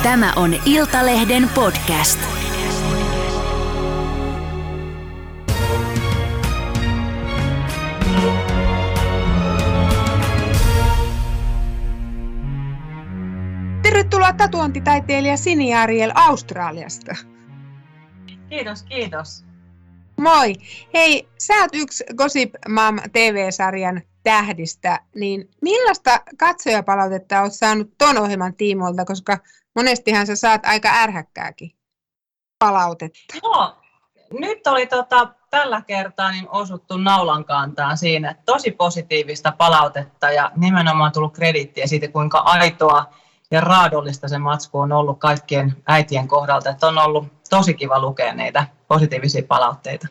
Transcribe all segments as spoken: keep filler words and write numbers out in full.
Tämä on Iltalehden podcast. Tervetuloa tatuointitaiteilija Sini Ariel Australiasta. Kiitos, kiitos. Moi. Hei, sä oot yksi Gossip Mom T V-sarjan tähdistä, niin millaista katsojapalautetta oot saanut ton ohjelman tiimoilta, koska monestihan sä saat aika ärhäkkääkin palautetta. Joo, nyt oli tota, tällä kertaa niin osuttu naulan kantaan siinä, että tosi positiivista palautetta ja nimenomaan tullut krediittiä siitä, kuinka aitoa ja raadollista se matsku on ollut kaikkien äitien kohdalta, että on ollut tosi kiva lukea niitä positiivisia palautteita.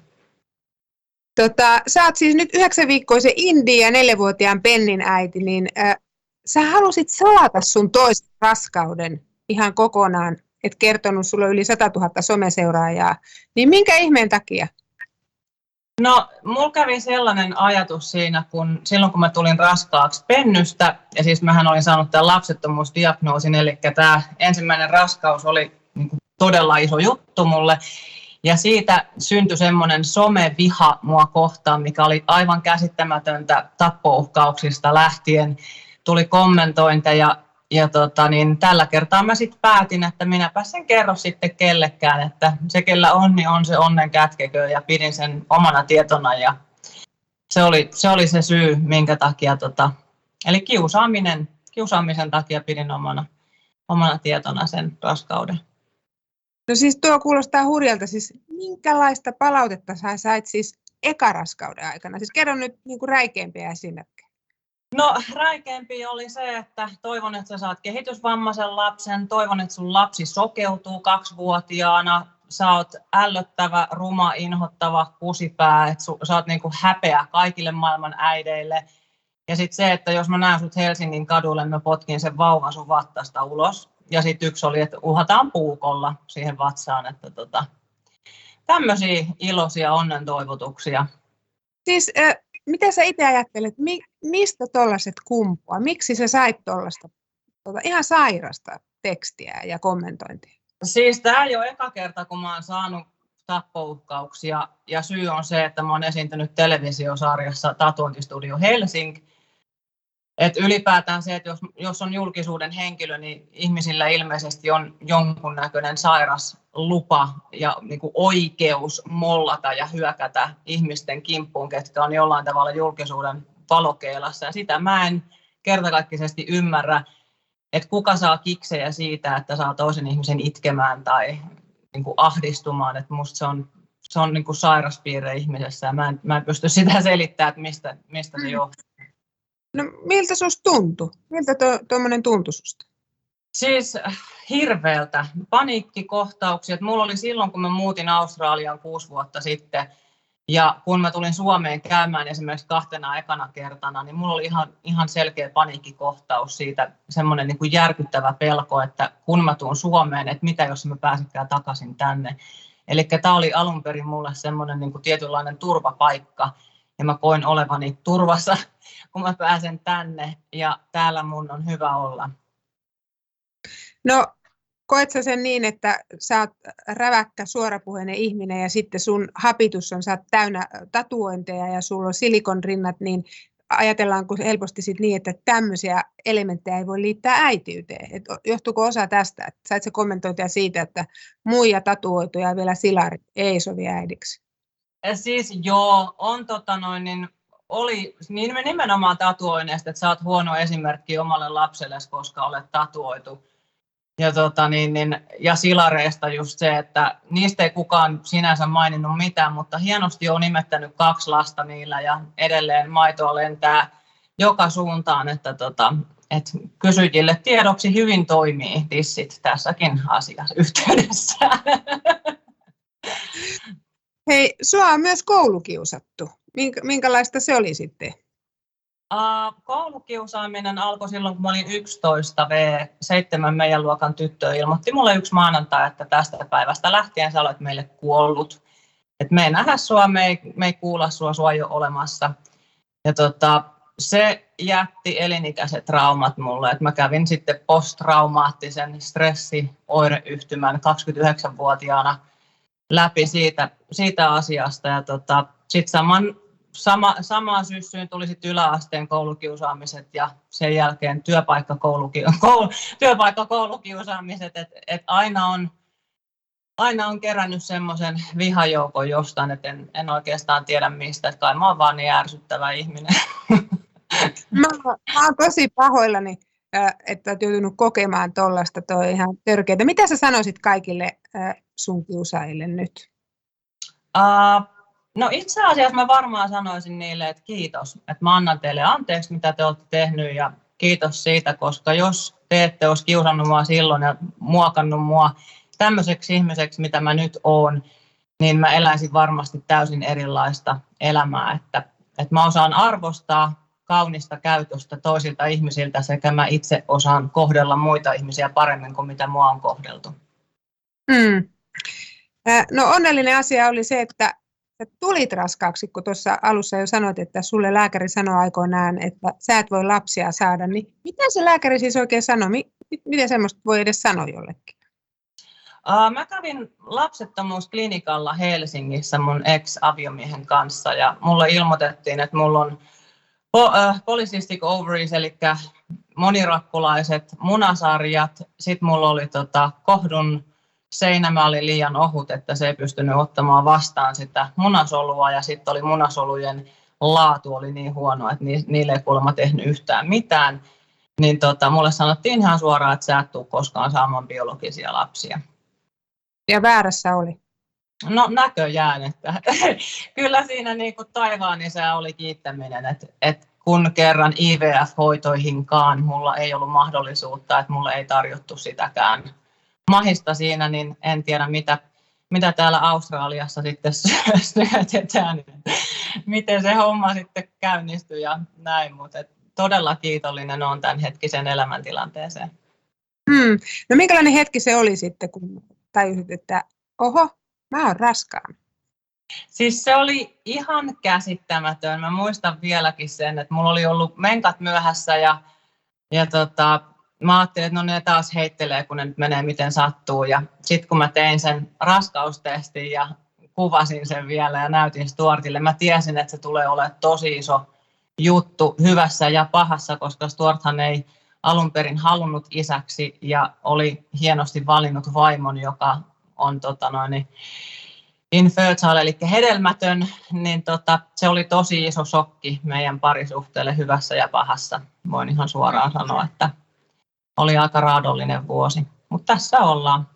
Tota, sä oot siis nyt yhdeksänviikkoisen Indin ja neljävuotiaan Pennin äiti, niin äh, sä halusit salata sun toisen raskauden ihan kokonaan, et kertonut, sulla on yli satatuhatta someseuraajaa, niin minkä ihmeen takia? No, mulla kävi sellainen ajatus siinä, kun silloin kun mä tulin raskaaksi Pennystä, ja siis mähän olin saanut tämän lapsettomuusdiagnoosin, eli tämä ensimmäinen raskaus oli niin kuin todella iso juttu mulle, ja siitä syntyi semmoinen someviha mua kohtaan, mikä oli aivan käsittämätöntä tappouhkauksista lähtien. Tuli kommentointeja ja tota, niin tällä kertaa mä sitten päätin, että minäpä sen kerro sitten kellekään, että se kellä on, niin on se onnen kätkekö ja pidin sen omana tietona ja se oli se, oli se syy, minkä takia, tota, eli kiusaaminen, kiusaamisen takia pidin omana, omana tietona sen raskauden. No siis tuo kuulostaa hurjalta. Siis minkälaista palautetta sä sait siis ekaraskauden aikana? Siis kerro nyt niin kuin räikeimpiä esimerkkejä. No räikeämpi oli se, että toivon, että sä saat kehitysvammaisen lapsen, toivon, että sun lapsi sokeutuu kaksivuotiaana, sä oot ällöttävä, ruma, inhottava kusipää, että su, sä oot niin kuin häpeä kaikille maailman äideille. Ja sitten se, että jos mä näen sut Helsingin kadulle, mä potkin sen vauvan sun vattasta ulos. Ja sitten yksi oli, että uhataan puukolla siihen vatsaan, että tota, tämmöisiä iloisia onnen toivotuksia. Siis äh, mitä sä itse ajattelet, mi, mistä tollaiset kumpuaa? Miksi sä sait tollaista tota, ihan sairasta tekstiä ja kommentointia? Siis tämä ei ole eka kerta, kun mä oon saanut tappouhkauksia. Ja syy on se, että mä oon esiintynyt televisiosarjassa Tatuointistudio Helsinki. Et ylipäätään se, että jos, jos on julkisuuden henkilö, niin ihmisillä ilmeisesti on jonkunnäköinen sairas lupa ja niin kuin oikeus mollata ja hyökätä ihmisten kimppuun, ketkä on jollain tavalla julkisuuden valokeilassa. Ja sitä mä en kertakaikkisesti ymmärrä, että kuka saa kiksejä siitä, että saa toisen ihmisen itkemään tai niin kuin ahdistumaan. Et musta se on, se on niin kuin sairas piirre ihmisessä ja mä en, mä en pysty sitä selittämään, että mistä, mistä se johtuu. No miltä susta tuntui? Miltä tuommoinen to, tuntui susta? Siis hirveältä. Paniikkikohtauksia. Mulla oli silloin, kun mä muutin Australiaan kuusi vuotta sitten, ja kun mä tulin Suomeen käymään esimerkiksi kahtena ekana kertana, niin mulla oli ihan, ihan selkeä paniikkikohtaus siitä, semmoinen niin kuin järkyttävä pelko, että kun mä tuun Suomeen, että mitä jos mä pääsikään takaisin tänne. Eli tämä oli alun perin mulle semmoinen niin kuin tietynlainen turvapaikka, ja mä koin olevani turvassa, kun mä pääsen tänne, ja täällä mun on hyvä olla. No, koet sä sen niin, että sä oot räväkkä, suorapuheinen ihminen, ja sitten sun hapitus on, sä oot täynnä tatuointeja, ja sulla on silikonrinnat, niin ajatellaanko helposti sit niin, että tämmöisiä elementtejä ei voi liittää äitiyteen? Et johtuuko osa tästä? Et sait sä kommentointia siitä, että muija tatuoitu ja vielä silarit ei sovi äidiksi? Siis joo, on tota noin, niin oli niin nimenomaan tatuoineesta, että sä oot huono esimerkki omalle lapsellesi, koska olet tatuoitu. Ja, tota niin, niin, ja silareista just se, että niistä ei kukaan sinänsä maininnut mitään, mutta hienosti on nimettänyt kaksi lasta niillä ja edelleen maitoa lentää joka suuntaan, että tota, et kysyjille tiedoksi hyvin toimii tissit tässäkin asiassa yhteydessä. Hei, sua on myös koulukiusattu. Minkälaista se oli sitten? Uh, koulukiusaaminen alkoi silloin, kun mä olin yksitoista vuotta. Seitsemän meidän luokan tyttöä ilmoitti mulle yksi maanantai, että tästä päivästä lähtien sä olet meille kuollut. Et me ei nähdä sua, me ei, me ei kuulla sua, sua ei ole olemassa. Ja tota, se jätti elinikäiset traumat mulle, että mä kävin sitten posttraumaattisen stressioireyhtymän kaksikymmentäyhdeksänvuotiaana läpi siitä, siitä asiasta. Ja tota, sitten saman, sama, samaan syssyyn tuli sitten yläasteen koulukiusaamiset ja sen jälkeen työpaikkakouluki, koulu, työpaikkakoulukiusaamiset, että et aina on Aina on kerännyt semmoisen vihajoukon jostain, että en, en oikeastaan tiedä mistä, että kai mä oon vaan niin ärsyttävä ihminen. Mä, mä oon tosi pahoillani, että olet joutunut kokemaan tuollaista, toi ihan törkeää. Mitä sä sanoisit kaikille sun kiusaajille nyt? Uh, no itse asiassa mä varmaan sanoisin niille, että kiitos, että mä annan teille anteeksi, mitä te olette tehnyt ja kiitos siitä, koska jos te ette olisi kiusannut mua silloin ja muokannut mua tämmöiseksi ihmiseksi, mitä mä nyt oon, niin mä eläisin varmasti täysin erilaista elämää, että, että mä osaan arvostaa kaunista käytöstä toisilta ihmisiltä sekä mä itse osaan kohdella muita ihmisiä paremmin kuin mitä mua on kohdeltu. Mm. No onnellinen asia oli se, että tulit raskaaksi, kun tuossa alussa jo sanoit, että sulle lääkäri sanoi aikoinaan, että sä et voi lapsia saada, niin mitä se lääkäri siis oikein sanoi? Miten semmoista voi edes sanoa jollekin? Mä kävin lapsettomuusklinikalla Helsingissä mun ex-aviomiehen kanssa ja mulle ilmoitettiin, että mulla on polycystic ovaries, eli monirakkulaiset munasarjat. Sitten mulla oli tota, kohdun seinämä oli liian ohut, että se ei pystynyt ottamaan vastaan sitä munasolua ja sitten oli munasolujen laatu oli niin huono, että niille ei kuulemma tehnyt yhtään mitään. Niin tota, mulle sanottiin ihan suoraan, että sä et tule koskaan saamaan biologisia lapsia. Ja väärässä oli? No näköjään, että kyllä siinä niin kuin taivaan isä oli kiittäminen, että, että kun kerran I V F-hoitoihinkaan mulla ei ollut mahdollisuutta, että mulle ei tarjottu sitäkään mahista siinä, niin en tiedä mitä, mitä täällä Australiassa sitten syötetään, miten se homma sitten käynnistyi ja näin, mutta todella kiitollinen olen tämän hetkisen elämäntilanteeseen. Hmm. No minkälainen hetki se oli sitten, kun tajusit, että oho, mä oon raskaana? Siis se oli ihan käsittämätön. Mä muistan vieläkin sen, että mulla oli ollut menkat myöhässä ja, ja tota, mä ajattelin, että no ne taas heittelee, kun ne nyt menee miten sattuu. Ja sitten kun mä tein sen raskaustestin ja kuvasin sen vielä ja näytin Stuartille, mä tiesin, että se tulee olemaan tosi iso juttu hyvässä ja pahassa, koska Stuarthan ei alun perin halunnut isäksi ja oli hienosti valinnut vaimon, joka on tota noin, infertile, eli hedelmätön, niin tota, se oli tosi iso shokki meidän parisuhteelle hyvässä ja pahassa. Voin ihan suoraan sanoa, että oli aika raadollinen vuosi, mutta tässä ollaan.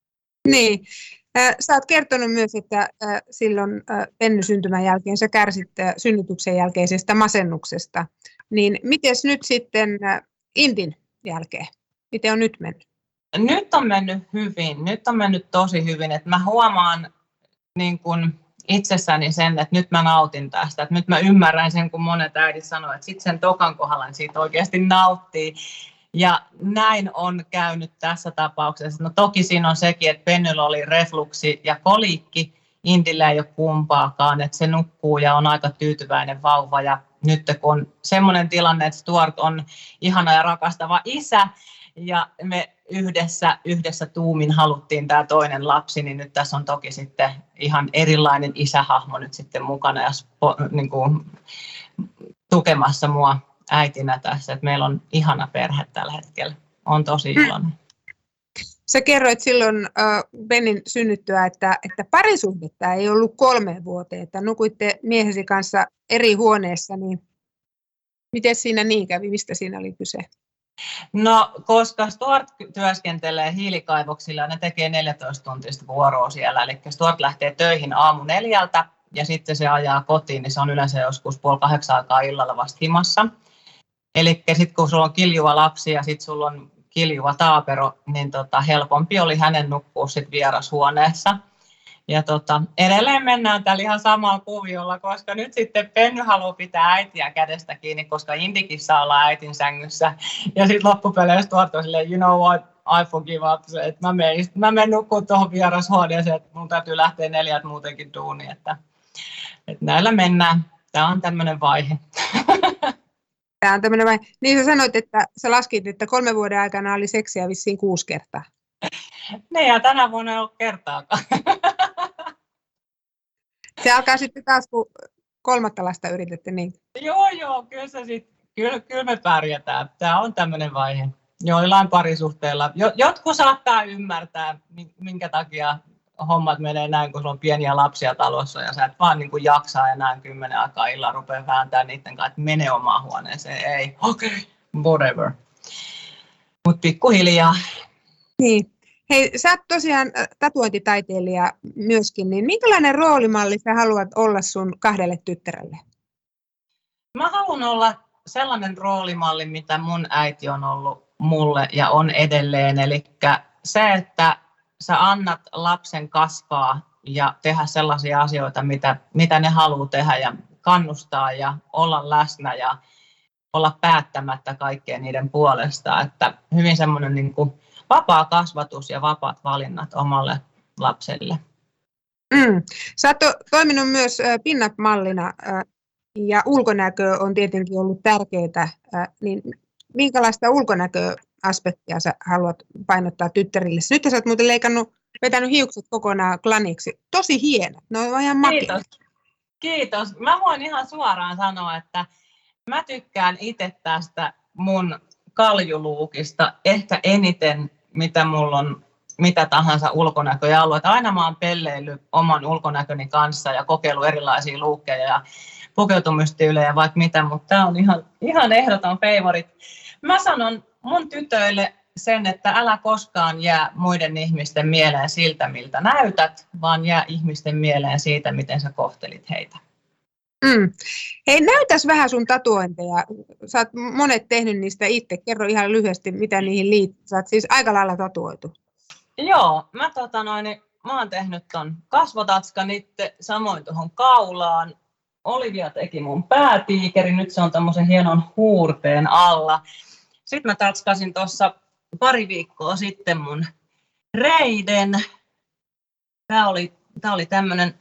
Niin, sä oot kertonut myös, että silloin Penny syntymän jälkeen sä kärsit synnytyksen jälkeisestä masennuksesta. Niin miten nyt sitten Intin jälkeen? Miten on nyt mennyt? Nyt on mennyt hyvin. Nyt on mennyt tosi hyvin. Että mä huomaan niin kun itsessäni sen, että nyt mä nautin tästä. Että nyt mä ymmärrän sen, kun monet äidit sanoo, että sitten sen tokan kohdalla niin siitä oikeasti nauttii. Ja näin on käynyt tässä tapauksessa. No toki siinä on sekin, että Pennyllä oli refluksi ja koliikki. Intillä ei ole kumpaakaan, että se nukkuu ja on aika tyytyväinen vauva. Ja nyt kun on semmoinen tilanne, että Stuart on ihana ja rakastava isä ja me yhdessä, yhdessä tuumin haluttiin tämä toinen lapsi, niin nyt tässä on toki sitten ihan erilainen isähahmo nyt sitten mukana ja spo, niin kuin, tukemassa mua äitinä tässä. Että meillä on ihana perhe tällä hetkellä. On tosi iloinen. Sä kerroit silloin uh, Benin synnyttyä, että, että parisuhdetta ei ollut kolmeen vuoteen, että nukuitte miehesi kanssa eri huoneessa, niin miten siinä niin kävi, mistä siinä oli kyse? No, koska Stuart työskentelee hiilikaivoksilla, ne tekee neljätoista tuntista vuoroa siellä, eli Stuart lähtee töihin aamu neljältä ja sitten se ajaa kotiin, niin se on yleensä joskus puoli kahdeksan aikaa illalla vasta himassa. Eli sitten kun sulla on kiljuva lapsi ja sitten sulla on kiljuva taapero, niin tota, helpompi oli hänen nukkua sit vierashuoneessa. Ja tota, edelleen mennään tällä ihan samalla kuviolla, koska nyt sitten Penny haluaa pitää äitiä kädestä kiinni, koska Indikin saa olla äitin sängyssä. Ja sitten loppupeleissä Stuart on silleen, you know what, I forgive up, että mä menen, mä menen nukkumaan tuohon vierashuoneeseen, että mun täytyy lähteä neljät muutenkin duuniin. Että, että näillä mennään. Tämä on tämmöinen vaihe. Tämä on tämmöinen vai... Niin sä sanoit, että sä laskit, että kolmen vuoden aikana oli seksiä vissiin kuusi kertaa. Ne ja tänä vuonna ei ole kertaakaan. Se alkaa sitten taas, kun kolmatta lasta yritätte, niin. Joo, joo, kyllä, se sit, kyllä, kyllä me pärjätään. Tämä on tämmöinen vaihe. Joillain parisuhteilla. Jotkut saattaa ymmärtää, minkä takia hommat menee näin, kun sulla on pieniä lapsia talossa ja sä et vaan niin kuin jaksaa enää kymmenen aikaa illalla rupea vääntämään niiden kanssa, että mene omaan huoneeseen. Ei, okei, okay, whatever. Mutta pikkuhiljaa. Niin. Hei, sä oot tosiaan tatuointitaiteilija myöskin, niin minkälainen roolimalli sä haluat olla sun kahdelle tyttärelle? Mä haluan olla sellainen roolimalli, mitä mun äiti on ollut mulle ja on edelleen. Eli se, että sä annat lapsen kasvaa ja tehdä sellaisia asioita, mitä, mitä ne haluaa tehdä ja kannustaa ja olla läsnä ja olla päättämättä kaikkea niiden puolesta. Että hyvin semmoinen niin kuin vapaa kasvatus ja vapaat valinnat omalle lapselle. Mm. Sä oot to- toiminut myös äh, pin-up-mallina äh, ja ulkonäkö on tietenkin ollut tärkeää. Äh, niin minkälaista ulkonäköaspektia sä haluat painottaa tyttärille? Nyt sä oot muuten leikannut, vetänyt hiukset kokonaan klaniksi. Tosi hienot, ne on ihan makeat. Kiitos. Kiitos. Mä voin ihan suoraan sanoa, että mä tykkään itse tästä mun kaljuluukista ehkä eniten, mitä mulla on mitä tahansa ulkonäköjä ollut. Että aina mä oon pelleillyt oman ulkonäköni kanssa ja kokeillut erilaisia luukkeja ja pukeutumistyylejä ja vaikka mitä, mutta tää on ihan, ihan ehdoton favorit. Mä sanon mun tytöille sen, että älä koskaan jää muiden ihmisten mieleen siltä, miltä näytät, vaan jää ihmisten mieleen siitä, miten sä kohtelit heitä. Mm. Hei, näytäs vähän sun tatuointeja. Sä oot monet tehnyt niistä itse. Kerro ihan lyhyesti, mitä niihin liittyy. Sä oot siis aika lailla tatuoitu. Joo, mä, tota noin, mä oon tehnyt ton kasvotatskan itse, samoin tuohon kaulaan. Olivia teki mun päätiikeri, nyt se on tommosen hienon huurteen alla. Sitten mä tatskasin tuossa pari viikkoa sitten mun reiden. Tää oli, tää oli tämmönen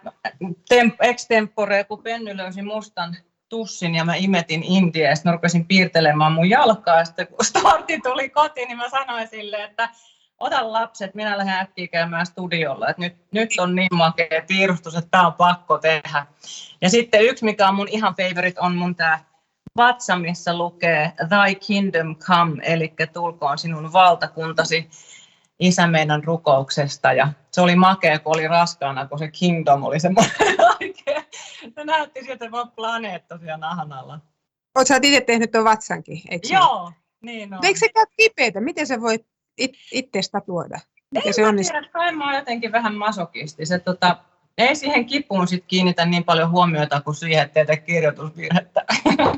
extempore, kun Penny löysi mustan tussin ja mä imetin India ja sitten mä rupesin piirtelemään mun jalkaa. Ja sitten kun startti tuli kotiin, niin mä sanoin sille, että ota lapset, minä lähden äkkiä käymään studiolla. Et nyt, nyt on niin makea piirustus, että tää on pakko tehdä. Ja sitten yksi, mikä on mun ihan favorite, on mun tää vatsa, missä lukee Thy Kingdom Come, eli tulkoon sinun valtakuntasi Isä meidän rukouksesta. Ja se oli makea, kun oli raskaana, kun se Kingdom oli semmoinen oikein. Se näytti siltä, että mä oon planeetta siellä nahan alla. Oot sä itse tehnyt tuon vatsankin, eikö Joo, niin on. Eikö se käy kipeätä? Miten sä voit it, itse tatuoida? Ei se mä tiedä, kai mä oon jotenkin vähän masokisti. Se, tota, ei siihen kipuun sit kiinnitä niin paljon huomiota kuin siihen, ettei tee kirjoitusvirhettä.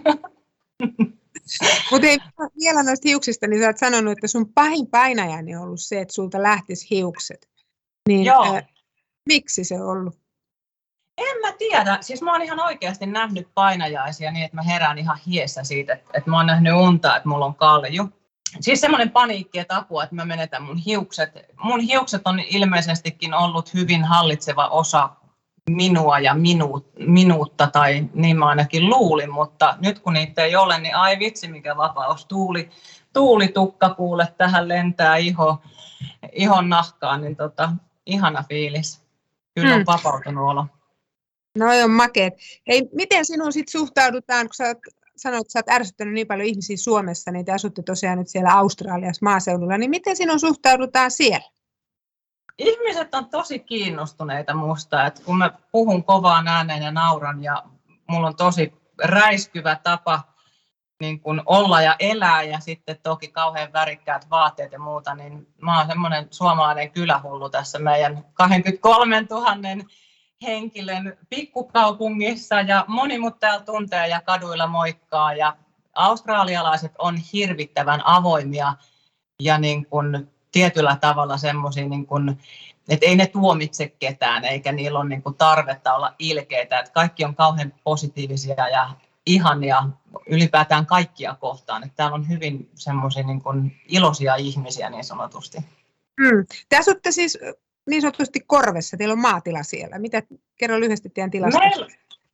Mutta vielä noista hiuksista, niin sä oot sanonut, että sun pahin painajani on ollut se, että sulta lähtisi hiukset. Niin, Joo. Äh, miksi se on ollut? En mä tiedä. Siis mä oon ihan oikeasti nähnyt painajaisia niin, että mä herään ihan hiessä siitä, että, että mä oon nähnyt unta, että mulla on kalju. Siis semmoinen paniikki, että apua, että mä menetän mun hiukset. Mun hiukset on ilmeisestikin ollut hyvin hallitseva osa minua ja minu, minuutta, tai niin mä ainakin luulin, mutta nyt kun niitä ei ole, niin ai vitsi mikä vapaus. Tuuli, tuulitukka kuule, tähän lentää iho, ihon nahkaan, niin tota, ihana fiilis. Kyllä on hmm. vapautunut olo. No on makeet. Hei, miten sinun sitten suhtaudutaan, kun sä sanoit, että sä oot ärsyttänyt niin paljon ihmisiä Suomessa, niin te asutte tosiaan nyt siellä Australiassa maaseudulla, niin miten sinun suhtaudutaan siellä? Ihmiset on tosi kiinnostuneita musta, että kun mä puhun kovaan ääneen ja nauran ja mulla on tosi räiskyvä tapa niin kun olla ja elää ja sitten toki kauhean värikkäät vaatteet ja muuta, niin mä oon semmoinen suomalainen kylähullu tässä meidän kaksikymmentäkolmetuhatta henkilön pikkukaupungissa ja moni mut täällä tuntee ja kaduilla moikkaa ja australialaiset on hirvittävän avoimia ja niin kun tietyllä tavalla semmoisia, niin kun, että ei ne tuomitse ketään eikä niillä ole niin kun tarvetta olla ilkeitä, että kaikki on kauhean positiivisia ja ihania ylipäätään kaikkia kohtaan, että täällä on hyvin semmoisia niin kun iloisia ihmisiä niin sanotusti. Mm. Te asutte siis niin sanotusti korvessa, teillä on maatila siellä. Mitä, kerro lyhyesti teidän tilasta. Meillä,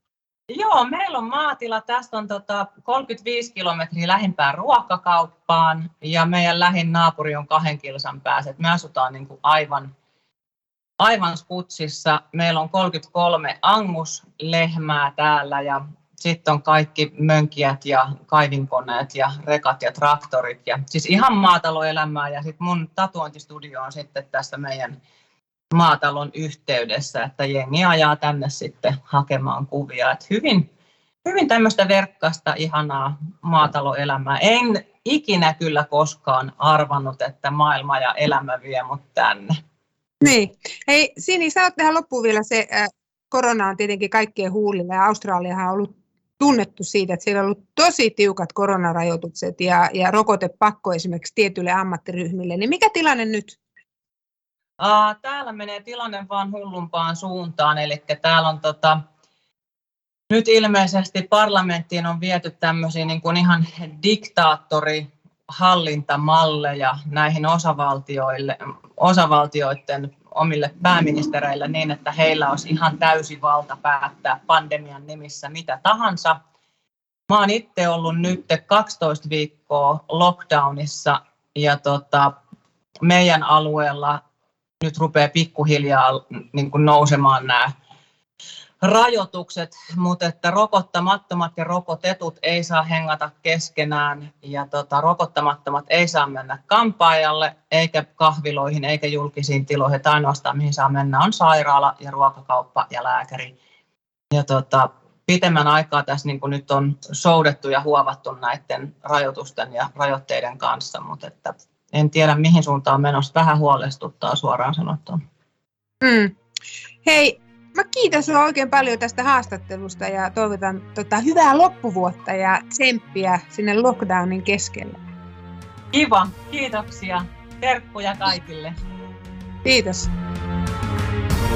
Joo, meillä on maatila. Tästä on tota kolmekymmentäviisi kilometriä lähimpään ruokakauppaan ja meidän lähin naapuri on kahden kilsan päässä. Me asutaan niin kuin aivan, aivan skutsissa. Meillä on kolmekymmentäkolme anguslehmää täällä ja sitten on kaikki mönkijät ja kaivinkoneet ja rekat ja traktorit. Ja siis ihan maataloelämää ja sitten mun tatuointistudio on sitten tässä meidän maatalon yhteydessä, että jengi ajaa tänne sitten hakemaan kuvia. Et hyvin, hyvin tämmöistä verkkaista, ihanaa maataloelämää. En ikinä kyllä koskaan arvannut, että maailma ja elämä vie mut tänne. Niin. Hei Sini, sanot tähän loppuun vielä se, äh, korona on tietenkin kaikkien huulilla ja Australiahan on ollut tunnettu siitä, että siellä on ollut tosi tiukat koronarajoitukset ja, ja rokotepakko esimerkiksi tietyille ammattiryhmille. Niin mikä tilanne nyt? Täällä menee tilanne vaan hullumpaan suuntaan, eli täällä on tota, nyt ilmeisesti parlamenttiin on viety tämmöisiä niin kuin ihan diktaattorihallintamalleja näihin osavaltioille, osavaltioiden omille pääministereille niin, että heillä olisi ihan täysi valta päättää pandemian nimissä mitä tahansa. Mä oon itse ollut nyt kaksitoista viikkoa lockdownissa ja tota, meidän alueella nyt rupeaa pikkuhiljaa niin kuin nousemaan nämä rajoitukset, mutta että rokottamattomat ja rokotetut ei saa hengata keskenään ja tota, rokottamattomat ei saa mennä kampaajalle eikä kahviloihin eikä julkisiin tiloihin. Että ainoastaan mihin saa mennä on sairaala ja ruokakauppa ja lääkäri. Ja tota, pitemmän aikaa tässä niin kuin nyt on soudettu ja huovattu näiden rajoitusten ja rajoitteiden kanssa, mutta että en tiedä, mihin suuntaan menossa. Vähän huolestuttaa suoraan sanottuna. Mm. Hei, mä kiitän sinua oikein paljon tästä haastattelusta ja toivotan tota, hyvää loppuvuotta ja tsemppiä sinne lockdownin keskelle. Kiva, kiitoksia. Terkkuja kaikille. Kiitos.